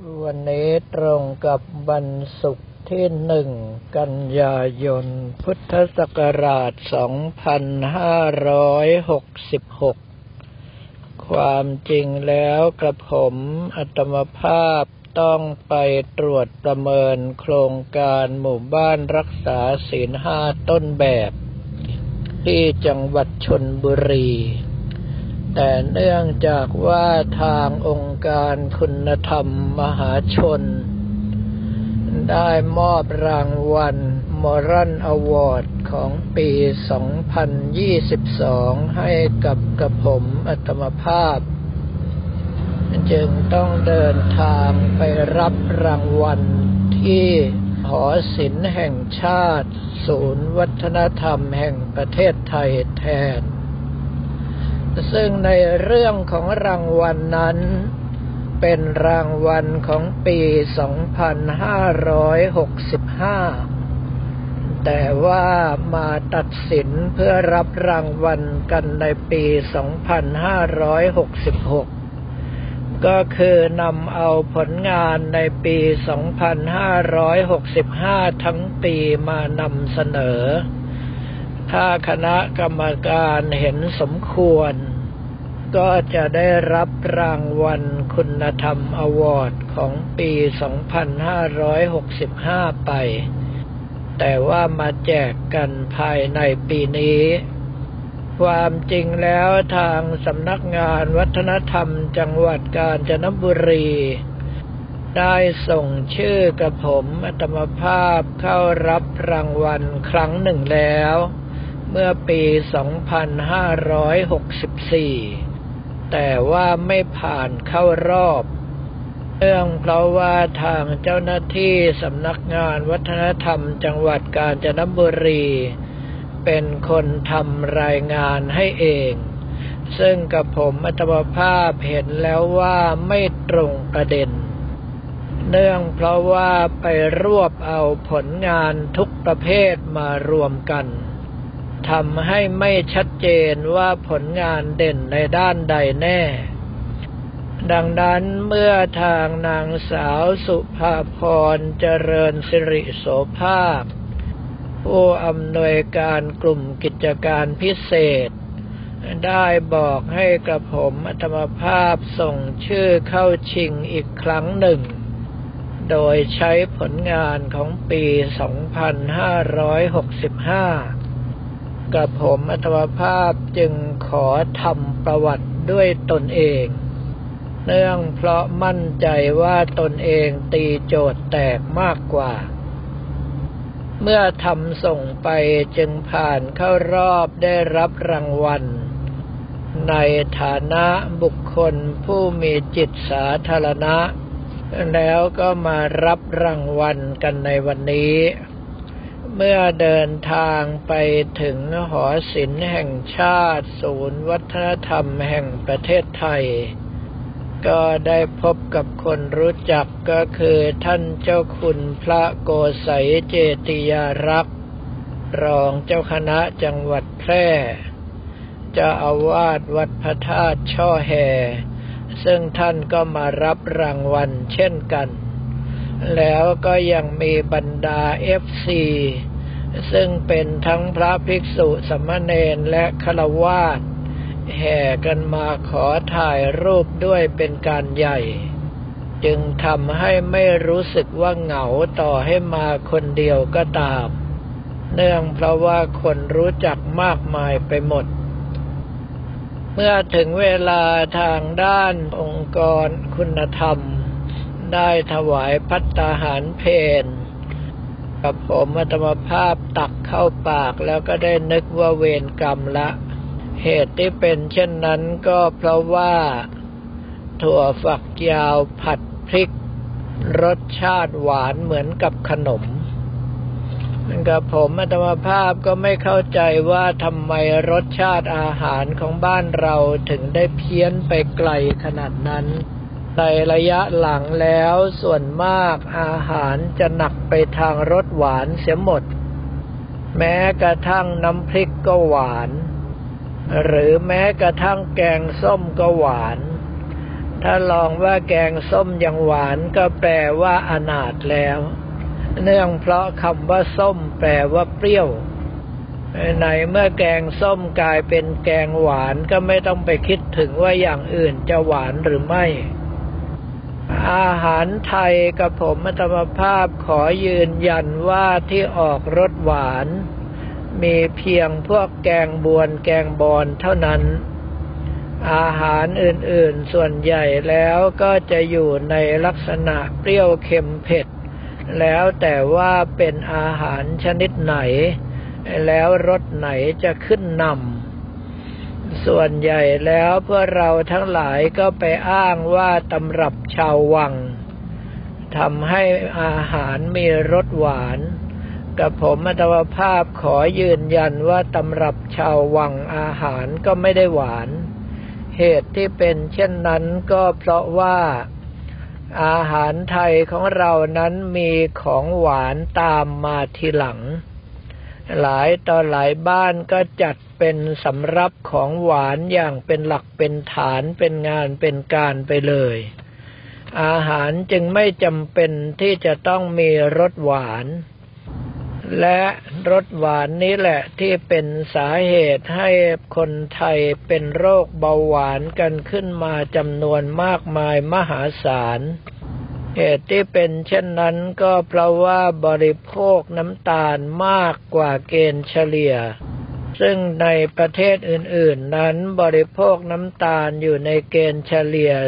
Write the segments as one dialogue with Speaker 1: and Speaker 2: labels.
Speaker 1: วันนี้ตรงกับวันศุกร์ที่1 กันยายนพุทธศักราช2566ความจริงแล้วกระผมอาตมภาพต้องไปตรวจประเมินโครงการหมู่บ้านรักษาศีล5ต้นแบบที่จังหวัดชลบุรีแต่เนื่องจากว่าทางองค์การคุณธรรมมหาชนได้มอบรางวัล Moral Award ของปี 2022 ให้กับกระผมอาตมภาพจึงต้องเดินทางไปรับรางวัลที่หอศิลป์แห่งชาติศูนย์วัฒนธรรมแห่งประเทศไทยแทนซึ่งในเรื่องของรางวัลนั้นเป็นรางวัลของปี 2565 แต่ว่ามาตัดสินเพื่อรับรางวัลกันในปี 2566 ก็คือนำเอาผลงานในปี 2565 ทั้งปีมานำเสนอถ้าคณะกรรมการเห็นสมควรก็จะได้รับรางวัลคุณธรรมอวอร์ดของปี 2565 ไปแต่ว่ามาแจกกันภายในปีนี้ความจริงแล้วทางสำนักงานวัฒนธรรมจังหวัดกาญจนบุรีได้ส่งชื่อกับผมอาตมภาพเข้ารับรางวัลครั้งหนึ่งแล้วเมื่อปี 2564 แต่ว่าไม่ผ่านเข้ารอบเนื่องเพราะว่าทางเจ้าหน้าที่สำนักงานวัฒนธรรมจังหวัดกาญจนบุรีเป็นคนทำรายงานให้เองซึ่งกับผมอาตมภาพเห็นแล้วว่าไม่ตรงประเด็นเนื่องเพราะว่าไปรวบเอาผลงานทุกประเภทมารวมกันทำให้ไม่ชัดเจนว่าผลงานเด่นในด้านใดแน่ดังนั้นเมื่อทางนางสาวสุภาพรเจริญสิริโสภาคผู้อำนวยการกลุ่มกิจการพิเศษได้บอกให้กระผมอาตมภาพส่งชื่อเข้าชิงอีกครั้งหนึ่งโดยใช้ผลงานของปี 2565กระผมอาตมภาพจึงขอทำประวัติด้วยตนเองเนื่องเพราะมั่นใจว่าตนเองตีโจทย์แตกมากกว่าเมื่อทำส่งไปจึงผ่านเข้ารอบได้รับรางวัลในฐานะบุคคลผู้มีจิตสาธารณะแล้วก็มารับรางวัลกันในวันนี้เมื่อเดินทางไปถึงหอศิลป์แห่งชาติศูนย์วัฒนธรรมแห่งประเทศไทยก็ได้พบกับคนรู้จักก็คือท่านเจ้าคุณพระโกษัยเจติยารักษ์รองเจ้าคณะจังหวัดแพร่เจ้าอาวาสวัดพระธาตุช่อแฮซึ่งท่านก็มารับรางวัลเช่นกันแล้วก็ยังมีบรรดา FC ซึ่งเป็นทั้งพระภิกษุสามเณรและฆราวาสแห่กันมาขอถ่ายรูปด้วยเป็นการใหญ่จึงทำให้ไม่รู้สึกว่าเหงาต่อให้มาคนเดียวก็ตามเนื่องเพราะว่าคนรู้จักมากมายไปหมดเมื่อถึงเวลาทางด้านองค์กรคุณธรรมได้ถวายภัตตาหารเพลกับผมอาตมภาพตักเข้าปากแล้วก็ได้นึกว่าเวรกรรมละเหตุที่เป็นเช่นนั้นก็เพราะว่าถั่วฝักยาวผัดพริกรสชาติหวานเหมือนกับขนมกับผมอาตมภาพก็ไม่เข้าใจว่าทำไมรสชาติอาหารของบ้านเราถึงได้เพี้ยนไปไกลขนาดนั้นในระยะหลังแล้วส่วนมากอาหารจะหนักไปทางรสหวานเสียหมดแม้กระทั่งน้ำพริกก็หวานหรือแม้กระทั่งแกงส้มก็หวานถ้าลองว่าแกงส้มยังหวานก็แปลว่าอนาถแล้วเนื่องเพราะคำว่าส้มแปลว่าเปรี้ยวในเมื่อแกงส้มกลายเป็นแกงหวานก็ไม่ต้องไปคิดถึงว่าอย่างอื่นจะหวานหรือไม่อาหารไทยกับผมอัตมภาพขอยืนยันว่าที่ออกรสหวานมีเพียงพวกแกงบวนแกงบอนเท่านั้นอาหารอื่นๆส่วนใหญ่แล้วก็จะอยู่ในลักษณะเปรี้ยวเค็มเผ็ดแล้วแต่ว่าเป็นอาหารชนิดไหนแล้วรสไหนจะขึ้นนำส่วนใหญ่แล้วพวกเราทั้งหลายก็ไปอ้างว่าตำรับชาววังทำให้อาหารมีรสหวานกับผมอัตมภาพขอยืนยันว่าตำรับชาววังอาหารก็ไม่ได้หวานเหตุที่เป็นเช่นนั้นก็เพราะว่าอาหารไทยของเรานั้นมีของหวานตามมาทีหลังหลายต่อหลายบ้านก็จัดเป็นสำรับของหวานอย่างเป็นหลักเป็นฐานเป็นงานเป็นการไปเลยอาหารจึงไม่จำเป็นที่จะต้องมีรสหวานและรสหวานนี้แหละที่เป็นสาเหตุให้คนไทยเป็นโรคเบาหวานกันขึ้นมาจำนวนมากมายมหาศาลเหตุที่เป็นเช่นนั้นก็เพราะว่าบริโภคน้ำตาลมากกว่าเกณฑ์เฉลี่ยซึ่งในประเทศอื่นๆนั้นบริโภคน้ำตาลอยู่ในเกณฑ์เฉลี่ย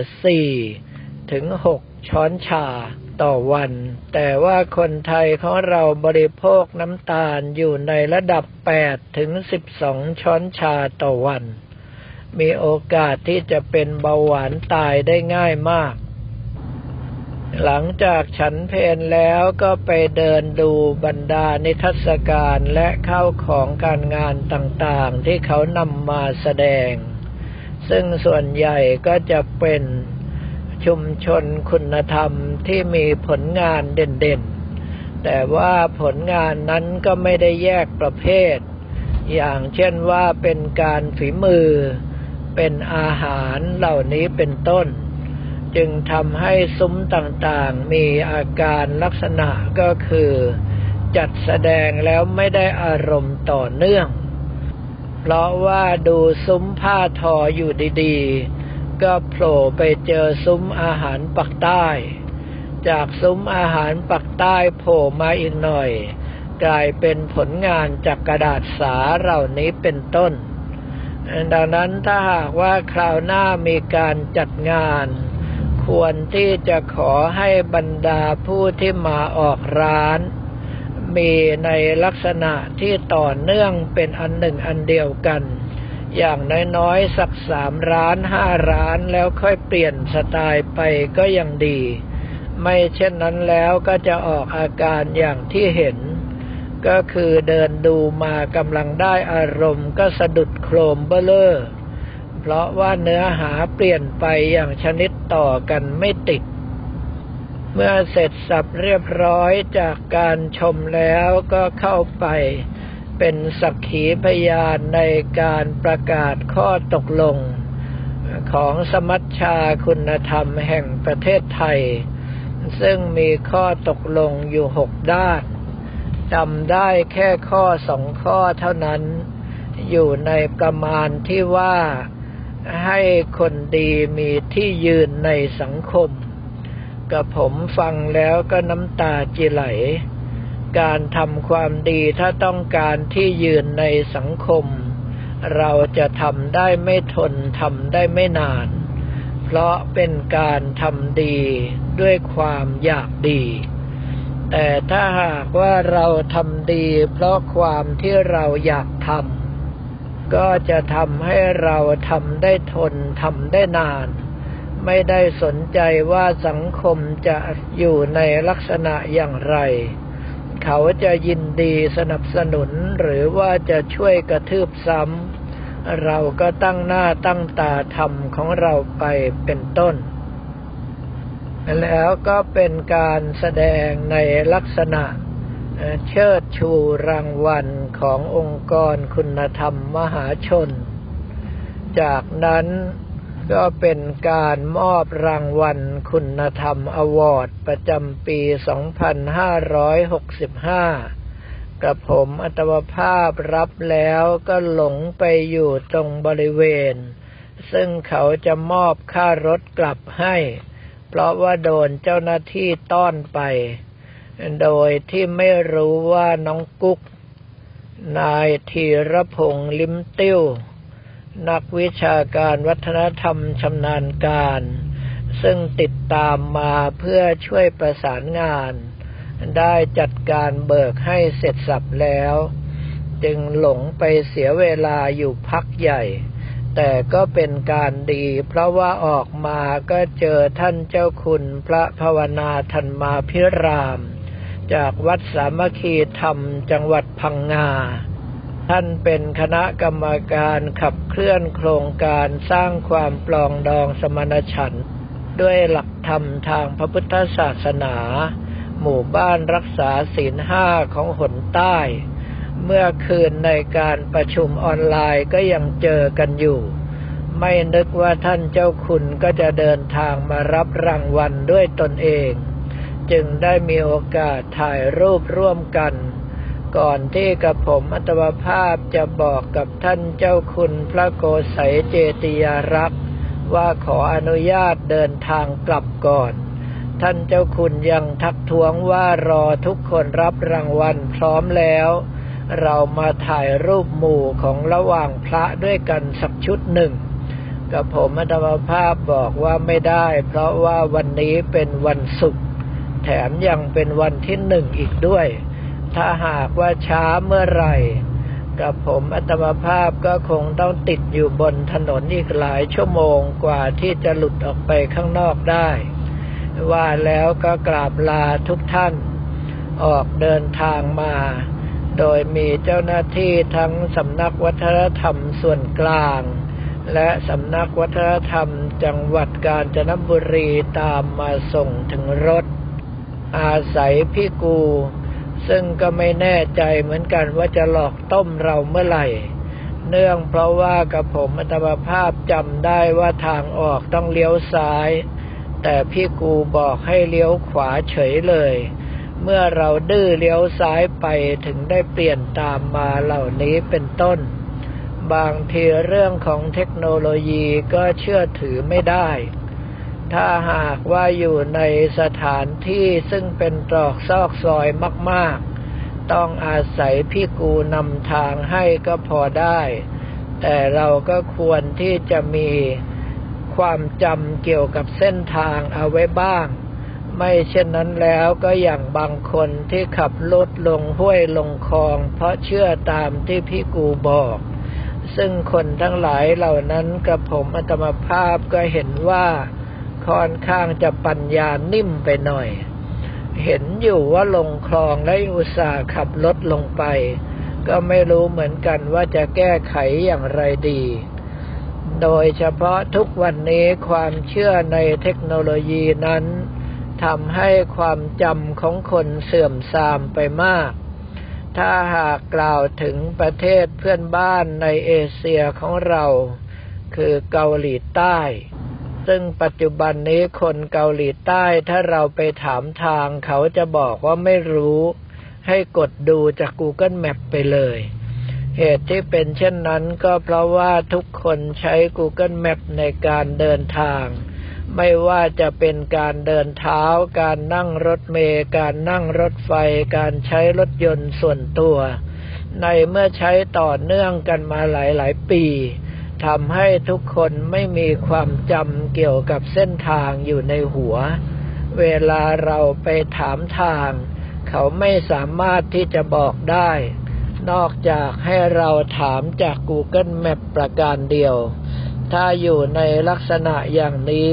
Speaker 1: 4 ถึง 6 ช้อนชาต่อวันแต่ว่าคนไทยของเราบริโภคน้ำตาลอยู่ในระดับ8 ถึง 12 ช้อนชาต่อวันมีโอกาสที่จะเป็นเบาหวานตายได้ง่ายมากหลังจากฉันเพลแล้วก็ไปเดินดูบรรดานิทรรศการและข้าวของการงานต่างๆที่เขานำมาแสดงซึ่งส่วนใหญ่ก็จะเป็นชุมชนคุณธรรมที่มีผลงานเด่นๆแต่ว่าผลงานนั้นก็ไม่ได้แยกประเภทอย่างเช่นว่าเป็นการฝีมือเป็นอาหารเหล่านี้เป็นต้นจึงทำให้ซุ้มต่างๆมีอาการลักษณะก็คือจัดแสดงแล้วไม่ได้อารมณ์ต่อเนื่องเพราะว่าดูซุ้มผ้าทออยู่ดีๆก็โผล่ไปเจอซุ้มอาหารปักใต้จากซุ้มอาหารปักใต้โผล่มาอีกหน่อยกลายเป็นผลงานจากกระดาษสาเหล่านี้เป็นต้นดังนั้นถ้าหากว่าคราวหน้ามีการจัดงานควรที่จะขอให้บรรดาผู้ที่มาออกร้านมีในลักษณะที่ต่อเนื่องเป็นอันหนึ่งอันเดียวกันอย่างน้อยๆสัก3 ร้าน5 ร้านแล้วค่อยเปลี่ยนสไตล์ไปก็ยังดีไม่เช่นนั้นแล้วก็จะออกอาการอย่างที่เห็นก็คือเดินดูมากำลังได้อารมณ์ก็สะดุดโครมเบ้อเร่อเพราะว่าเนื้อหาเปลี่ยนไปอย่างชนิดต่อกันไม่ติดเมื่อเสร็จสับเรียบร้อยจากการชมแล้วก็เข้าไปเป็นสักขีพยานในการประกาศข้อตกลงของสมัชชาคุณธรรมแห่งประเทศไทยซึ่งมีข้อตกลงอยู่6 ด้านจำได้แค่ข้อ2 ข้อเท่านั้นอยู่ในประมาณที่ว่าให้คนดีมีที่ยืนในสังคมกับผมฟังแล้วก็น้ำตาจิไหลการทำความดีถ้าต้องการที่ยืนในสังคมเราจะทำได้ไม่ทนทำได้ไม่นานเพราะเป็นการทำดีด้วยความอยากดีแต่ถ้าหากว่าเราทำดีเพราะความที่เราอยากทำก็จะทำให้เราทำได้ทนทำได้นานไม่ได้สนใจว่าสังคมจะอยู่ในลักษณะอย่างไรเขาจะยินดีสนับสนุนหรือว่าจะช่วยกระทืบซ้ำเราก็ตั้งหน้าตั้งตาทำของเราไปเป็นต้นแล้วก็เป็นการแสดงในลักษณะเชิดชูรางวัลขององค์กรคุณธรรมมหาชนจากนั้นก็เป็นการมอบรางวัลคุณธรรมอวอร์ดประจำปี 2565 กระผมอัตมภาพรับแล้วก็หลงไปอยู่ตรงบริเวณซึ่งเขาจะมอบค่ารถกลับให้เพราะว่าโดนเจ้าหน้าที่ต้อนไปโดยที่ไม่รู้ว่าน้องกุ๊กนายธีรพงษ์ลิ้มติ้วนักวิชาการวัฒนธรรมชำนาญการซึ่งติดตามมาเพื่อช่วยประสานงานได้จัดการเบิกให้เสร็จสับแล้วจึงหลงไปเสียเวลาอยู่พักใหญ่แต่ก็เป็นการดีเพราะว่าออกมาก็เจอท่านเจ้าคุณพระภาวนาธรรมาภิรามจากวัดสามัคคีธรรมจังหวัดพังงาท่านเป็นคณะกรรมการขับเคลื่อนโครงการสร้างความปรองดองสมณฉันท์ด้วยหลักธรรมทางพระพุทธศาสนาหมู่บ้านรักษาศีล 5ของหนใต้เมื่อคืนในการประชุมออนไลน์ก็ยังเจอกันอยู่ไม่นึกว่าท่านเจ้าคุณก็จะเดินทางมารับรางวัลด้วยตนเองจึงได้มีโอกาสถ่ายรูปร่วมกันก่อนที่กระผมอัตมภาพจะบอกกับท่านเจ้าคุณพระโกษัยเจติยารักษ์ว่าขออนุญาตเดินทางกลับก่อนท่านเจ้าคุณยังทักท้วงว่ารอทุกคนรับรางวัลพร้อมแล้วเรามาถ่ายรูปหมู่ของระหว่างพระด้วยกันสักชุดหนึ่งกับผมอัตมภาพบอกว่าไม่ได้เพราะว่าวันนี้เป็นวันศุกร์แถมยังเป็นวันที่1อีกด้วยถ้าหากว่าช้าเมื่อไหร่กับผมอัตมภาพก็คงต้องติดอยู่บนถนนอีกหลายชั่วโมงกว่าที่จะหลุดออกไปข้างนอกได้ว่าแล้วก็กราบลาทุกท่านออกเดินทางมาโดยมีเจ้าหน้าที่ทั้งสำนักวัฒนธรรมส่วนกลางและสำนักวัฒนธรรมจังหวัดกาญจนบุรีตามมาส่งถึงรถอาศัยพี่กูซึ่งก็ไม่แน่ใจเหมือนกันว่าจะหลอกต้มเราเมื่อไหร่เนื่องเพราะว่ากับผมอัตมภาพจำได้ว่าทางออกต้องเลี้ยวซ้ายแต่พี่กูบอกให้เลี้ยวขวาเฉยเลยเมื่อเราดื้อเลี้ยวซ้ายไปถึงได้เปลี่ยนตามมาเหล่านี้เป็นต้นบางทีเรื่องของเทคโนโลยีก็เชื่อถือไม่ได้ถ้าหากว่าอยู่ในสถานที่ซึ่งเป็นตรอกซอกซอยมากๆต้องอาศัยพี่กูนำทางให้ก็พอได้แต่เราก็ควรที่จะมีความจำเกี่ยวกับเส้นทางเอาไว้บ้างไม่เช่นนั้นแล้วก็อย่างบางคนที่ขับรถลงห้วยลงคลองเพราะเชื่อตามที่พี่กูบอกซึ่งคนทั้งหลายเหล่านั้นกับผมอัตมภาพก็เห็นว่าค่อนข้างจะปัญญานิ่มไปหน่อยเห็นอยู่ว่าลงคลองและอุตส่าห์ขับรถลงไปก็ไม่รู้เหมือนกันว่าจะแก้ไขอย่างไรดีโดยเฉพาะทุกวันนี้ความเชื่อในเทคโนโลยีนั้นทำให้ความจำของคนเสื่อมทรามไปมากถ้าหากกล่าวถึงประเทศเพื่อนบ้านในเอเชียของเราคือเกาหลีใต้ซึ่งปัจจุบันนี้คนเกาหลีใต้ถ้าเราไปถามทางเขาจะบอกว่าไม่รู้ให้กดดูจาก Google Map ไปเลยเหตุที่เป็นเช่นนั้นก็เพราะว่าทุกคนใช้ Google Map ในการเดินทางไม่ว่าจะเป็นการเดินเท้าการนั่งรถเมล์การนั่งรถไฟการใช้รถยนต์ส่วนตัวในเมื่อใช้ต่อเนื่องกันมาหลายๆปีทำให้ทุกคนไม่มีความจำเกี่ยวกับเส้นทางอยู่ในหัวเวลาเราไปถามทางเขาไม่สามารถที่จะบอกได้นอกจากให้เราถามจาก Google Map ประการเดียวถ้าอยู่ในลักษณะอย่างนี้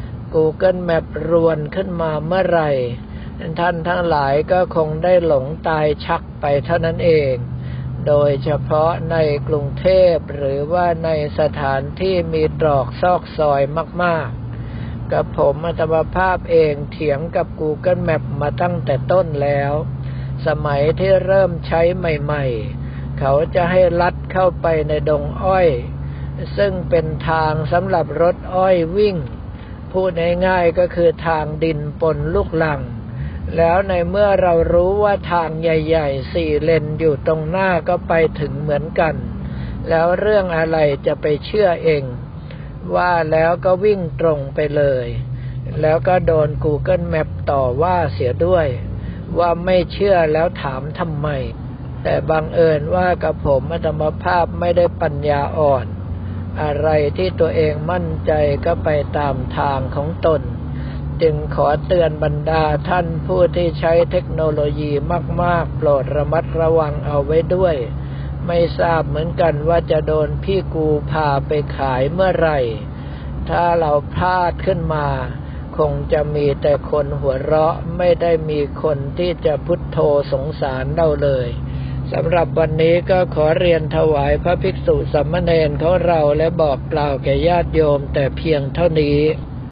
Speaker 1: Google Map รวนขึ้นมาเมื่อไหร่ท่านทั้งหลายก็คงได้หลงตายชักไปเท่านั้นเองโดยเฉพาะในกรุงเทพหรือว่าในสถานที่มีตรอกซอกซอยมากๆกับผมอัตมภาพเองเถียงกับ Google Map มาตั้งแต่ต้นแล้วสมัยที่เริ่มใช้ใหม่ๆเขาจะให้ลัดเข้าไปในดงอ้อยซึ่งเป็นทางสำหรับรถอ้อยวิ่งพูดง่ายๆก็คือทางดินปนลูกรังแล้วในเมื่อเรารู้ว่าทางใหญ่ๆ4 เลนอยู่ตรงหน้าก็ไปถึงเหมือนกันแล้วเรื่องอะไรจะไปเชื่อเองว่าแล้วก็วิ่งตรงไปเลยแล้วก็โดน Google Map ต่อว่าเสียด้วยว่าไม่เชื่อแล้วถามทำไมแต่บังเอิญว่ากับผมอาตมาภาพไม่ได้ปัญญาอ่อนอะไรที่ตัวเองมั่นใจก็ไปตามทางของตนจึงขอเตือนบรรดาท่านผู้ที่ใช้เทคโนโลยีมากๆโปรดระมัดระวังเอาไว้ด้วยไม่ทราบเหมือนกันว่าจะโดนพี่กูพาไปขายเมื่อไหร่ถ้าเราพลาดขึ้นมาคงจะมีแต่คนหัวเราะไม่ได้มีคนที่จะพุทโธสงสารเราเลยสำหรับวันนี้ก็ขอเรียนถวายพระภิกษุสามเณรของเราและบอกกล่าวแก่ญาติโยมแต่เพียงเท่านี้